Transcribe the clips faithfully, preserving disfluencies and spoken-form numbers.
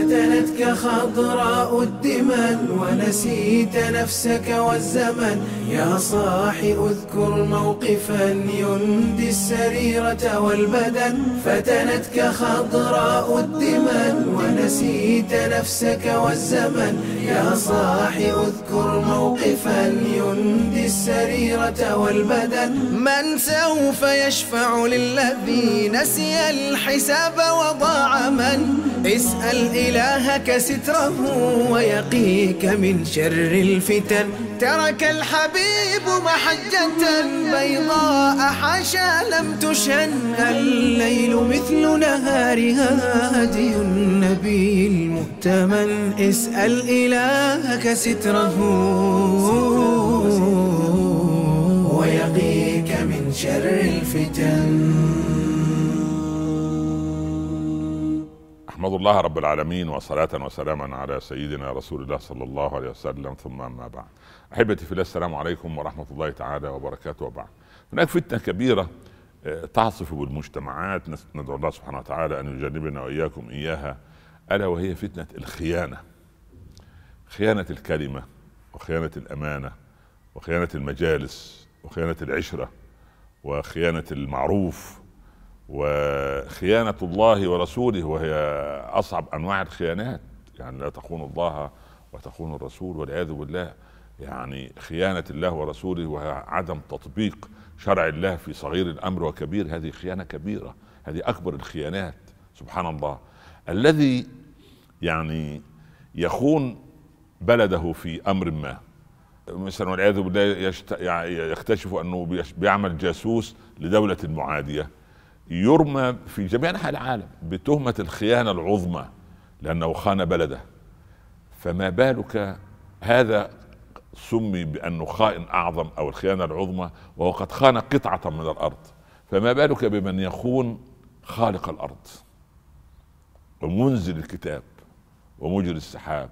فتنتك خضراء الدمن ونسيت نفسك والزمن. يا صاح اذكر موقفا يندي السريرة والبدن. فتنتك خضراء الدمن ونسيت نفسك والزمن. يا صاح اذكر موقفا يندي السريرة والبدن. من سوف يشفع للذي نسي الحساب وضاع؟ من اسأل إلهك ستره ويقيك من شر الفتن. ترك الحبيب محجة بيضاء حاشا لم تشن. الليل مثل نهارها هدي النبي المؤتمن. اسأل إلهك ستره ويقيك من شر الفتن. أحمد الله رب العالمين وصلاة وسلاما على سيدنا رسول الله صلى الله عليه وسلم، ثم أما بعد. أحبتي في الله، السلام عليكم ورحمة الله تعالى وبركاته. وبعد، هناك فتنة كبيرة تعصف بالمجتمعات، ندعو الله سبحانه وتعالى أن يجنبنا وإياكم إياها، ألا وهي فتنة الخيانة. خيانة الكلمة، وخيانة الأمانة، وخيانة المجالس، وخيانة العشرة، وخيانة المعروف، وخيانة الله ورسوله، وهي أصعب أنواع الخيانات. يعني لا تخونوا الله وتخونوا الرسول والعياذ بالله. يعني خيانة الله ورسوله وهي عدم تطبيق شرع الله في صغير الأمر وكبير، هذه خيانة كبيرة، هذه أكبر الخيانات. سبحان الله، الذي يعني يخون بلده في أمر ما، مثلا والعياذ بالله يكتشف أنه بيعمل جاسوس لدولة معادية، يرمى في جميع أنحاء العالم بتهمة الخيانة العظمى لأنه خان بلده. فما بالك هذا سمي بأنه خائن أعظم أو الخيانة العظمى وهو قد خان قطعة من الأرض، فما بالك بمن يخون خالق الأرض ومنزل الكتاب ومجري السحاب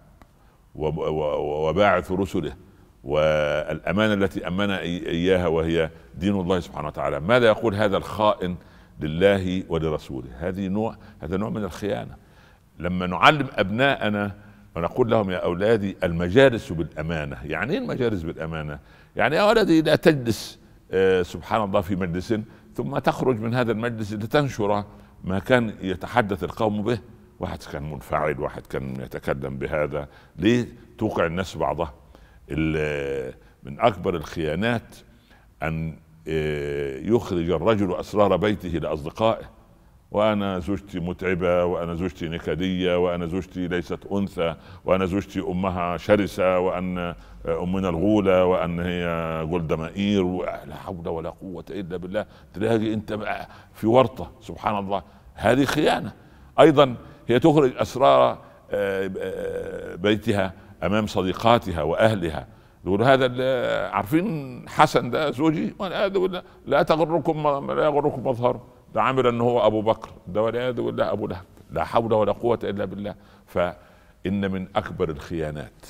وباعث رسله والأمانة التي أمنا إياها وهي دين الله سبحانه وتعالى. ماذا يقول هذا الخائن لله ولرسوله؟ هذه نوع هذا نوع من الخيانة. لما نعلم أبناءنا ونقول لهم يا أولادي المجالس بالأمانة. يعني ايه المجالس بالأمانة؟ يعني يا ولدي لا تجلس آه سبحان الله في مجلس ثم تخرج من هذا المجلس لتنشر ما كان يتحدث القوم به. واحد كان منفعل، واحد كان يتكلم بهذا، ليه توقع الناس بعضها؟ من أكبر الخيانات أن يخرج الرجل أسرار بيته لأصدقائه، وأنا زوجتي متعبة، وأنا زوجتي نكدية، وأنا زوجتي ليست أنثى، وأنا زوجتي أمها شرسة، وأن أمنا الغولة، وأن هي جلد مائير، ولا حول ولا قوة إلا بالله. تلاقي أنت في ورطة. سبحان الله، هذه خيانة. أيضا هي تخرج أسرار بيتها أمام صديقاتها وأهلها، يقول هذا عارفين حسن ده زوجي، لا تغركم لا يغركم مظهره، ده عامل أنه هو أبو بكر، ده والعياذ بالله أبو لهب، لا حول ولا قوة إلا بالله. فإن من أكبر الخيانات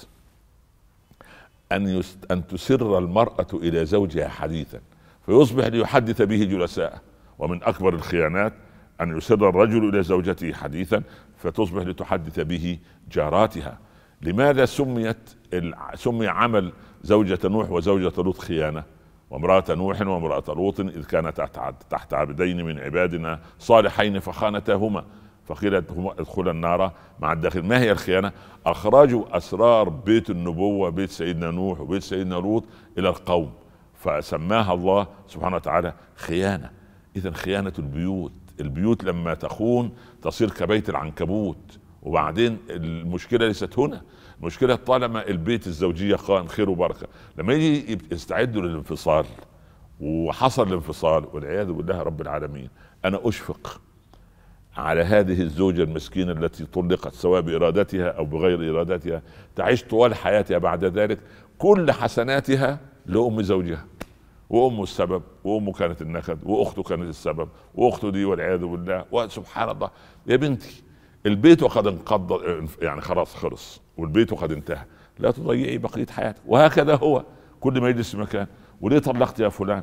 أن يست... أن تسر المرأة إلى زوجها حديثا فيصبح ليحدث به جلساءه. ومن أكبر الخيانات أن يسر الرجل إلى زوجته حديثا فتصبح لتحدث به جاراتها. لماذا سميت سمي عمل زوجة نوح وزوجة لوط خيانة؟ وامرأة نوح وامرأة لوط إذ كانت تحت عبدين من عبادنا صالحين فخانتاهما فقيل ادخلا النار مع الداخل. ما هي الخيانة؟ أخرجوا أسرار بيت النبوة، بيت سيدنا نوح وبيت سيدنا لوط، إلى القوم، فسماها الله سبحانه وتعالى خيانة. إذن خيانة البيوت، البيوت لما تخون تصير كبيت العنكبوت. وبعدين المشكلة ليست هنا، المشكلة طالما البيت الزوجية قائم خير وبركة، لما يجي يستعدوا للانفصال وحصل الانفصال والعياذ بالله رب العالمين، أنا أشفق على هذه الزوجة المسكينة التي طلقت سواء بإرادتها أو بغير إرادتها، تعيش طوال حياتها بعد ذلك كل حسناتها لأم زوجها، وأمه السبب، وأمه كانت النكد، وأخته كانت السبب، وأخته دي والعياذ بالله. وسبحان الله يا بنتي، البيت وقد انقض، يعني خلاص خلص والبيت وقد انتهى، لا تضيعي بقية حياتك. وهكذا هو كل ما يجلس مكان، وليه طلقت يا فلان؟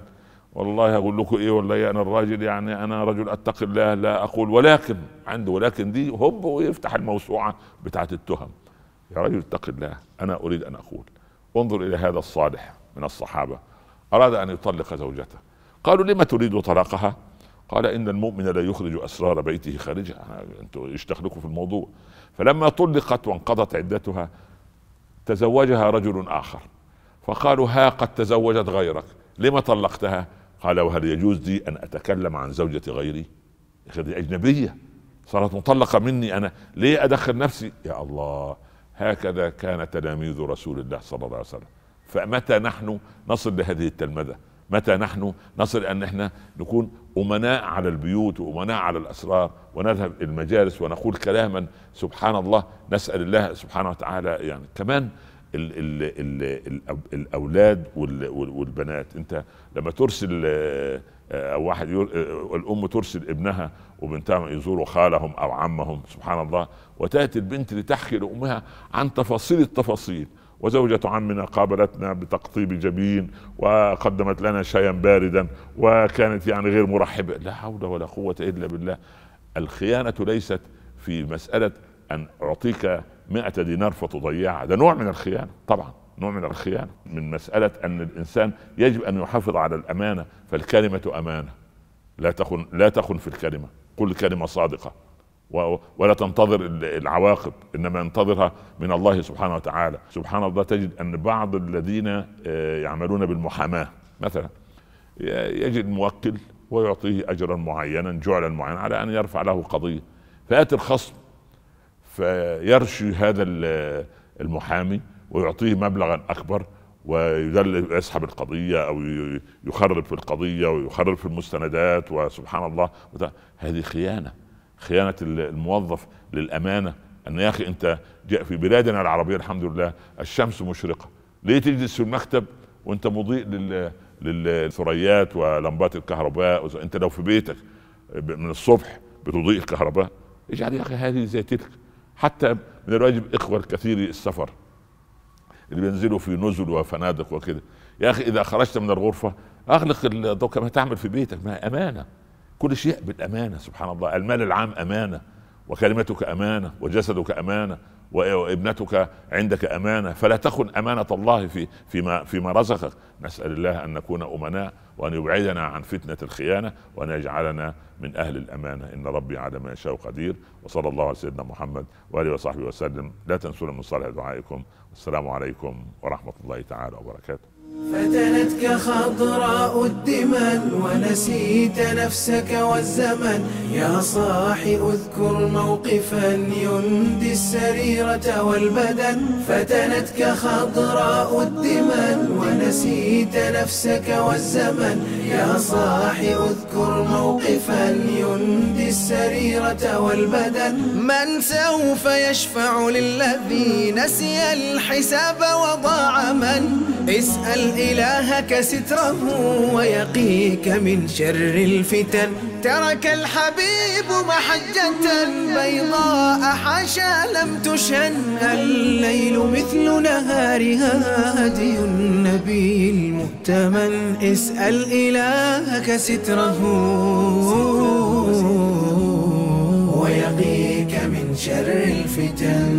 والله اقول لكم ايه، والله انا الراجل يعني انا رجل اتقي الله لا اقول ولكن عنده ولكن دي هوب ويفتح الموسوعه بتاعت التهم. يا رجل اتق الله، انا اريد ان اقول انظر الى هذا الصالح من الصحابه اراد ان يطلق زوجته، قالوا لما تريد طلاقها؟ قال ان المؤمن لا يخرج اسرار بيته خارجها، انتوا ايش دخلكم في الموضوع؟ فلما طلقت وانقضت عدتها تزوجها رجل اخر، فقالوا ها قد تزوجت غيرك لما طلقتها؟ قال وهل يجوز لي ان اتكلم عن زوجة غيري؟ دي اجنبية صارت مطلقة مني انا، ليه ادخل نفسي؟ يا الله، هكذا كان تلاميذ رسول الله صلى الله عليه وسلم. فمتى نحن نصل لهذه التلمذة؟ متى نحن نصل ان احنا نكون امناء على البيوت وامناء على الاسرار ونذهب المجالس ونقول كلاما سبحان الله، نسأل الله سبحانه وتعالى يعني كمان ال ال ال ال الاولاد والبنات. انت لما ترسل او واحد الام ترسل ابنها وبنتها يزوروا خالهم او عمهم سبحان الله، وتاتي البنت لتحكي لامها عن تفاصيل التفاصيل، وزوجة عمنا قابلتنا بتقطيب جبين وقدمت لنا شايا باردا وكانت يعني غير مرحبة. لا حول ولا قوة الا بالله. الخيانة ليست في مسألة ان اعطيك مئة دينار فتضيعها، ده نوع من الخيانة طبعا، نوع من الخيانة، من مسألة ان الانسان يجب ان يحافظ على الامانة، فالكلمة امانة، لا تخن لا تخن في الكلمة، كل كلمة صادقة ولا تنتظر العواقب، انما انتظرها من الله سبحانه وتعالى. سبحان الله، تجد ان بعض الذين يعملون بالمحاماة مثلا يجد موكل ويعطيه اجرا معينا جعلا معينا على ان يرفع له قضية، فياتي الخصم فيرشي هذا المحامي ويعطيه مبلغا اكبر ويسحب القضية او يخرب في القضية ويخرب في المستندات، وسبحان الله هذه خيانة، خيانة الموظف للأمانة. أن يا أخي أنت جاء في بلادنا العربية الحمد لله الشمس مشرقة، ليه تجلس في المكتب وأنت مضيء للثريات ولمبات الكهرباء؟ أنت لو في بيتك من الصبح بتضيء الكهرباء، اجعل يا أخي هذه زي تلك. حتى من الواجب إخوة الكثير السفر اللي بينزلوا في نزل وفنادق وكده، يا أخي إذا خرجت من الغرفة أغلق الضوء كما تعمل في بيتك، ما أمانة، كل شيء بالأمانة. سبحان الله، المال العام أمانة، وكلمتك أمانة، وجسدك أمانة، وابنتك عندك أمانة، فلا تخن أمانة الله في فيما فيما رزقك. نسأل الله أن نكون أمناء وأن يبعدنا عن فتنة الخيانة وأن يجعلنا من أهل الأمانة. إن ربي على ما يشاء قدير، وصلى الله على سيدنا محمد وآله وصحبه وسلم. لا تنسونا من صالح دعائكم، والسلام عليكم ورحمة الله تعالى وبركاته. فتنتك خضراء الدمن ونسيت نفسك والزمن، يا صاح اذكر موقفا يندي السريرة والبدن. فتنتك خضراء الدمن ونسيت نفسك والزمن، يا صاح اذكر موقفا يندي السريرة والبدن. من سوف يشفع للذي نسي الحساب وضاع؟ من اسأل إلهك ستره ويقيك من شر الفتن. ترك الحبيب محجة بيضاء حاشا لم تشن، الليل مثل نهارها هدي النبي المؤتمن. اسأل إلهك ستره ويقيك من شر الفتن.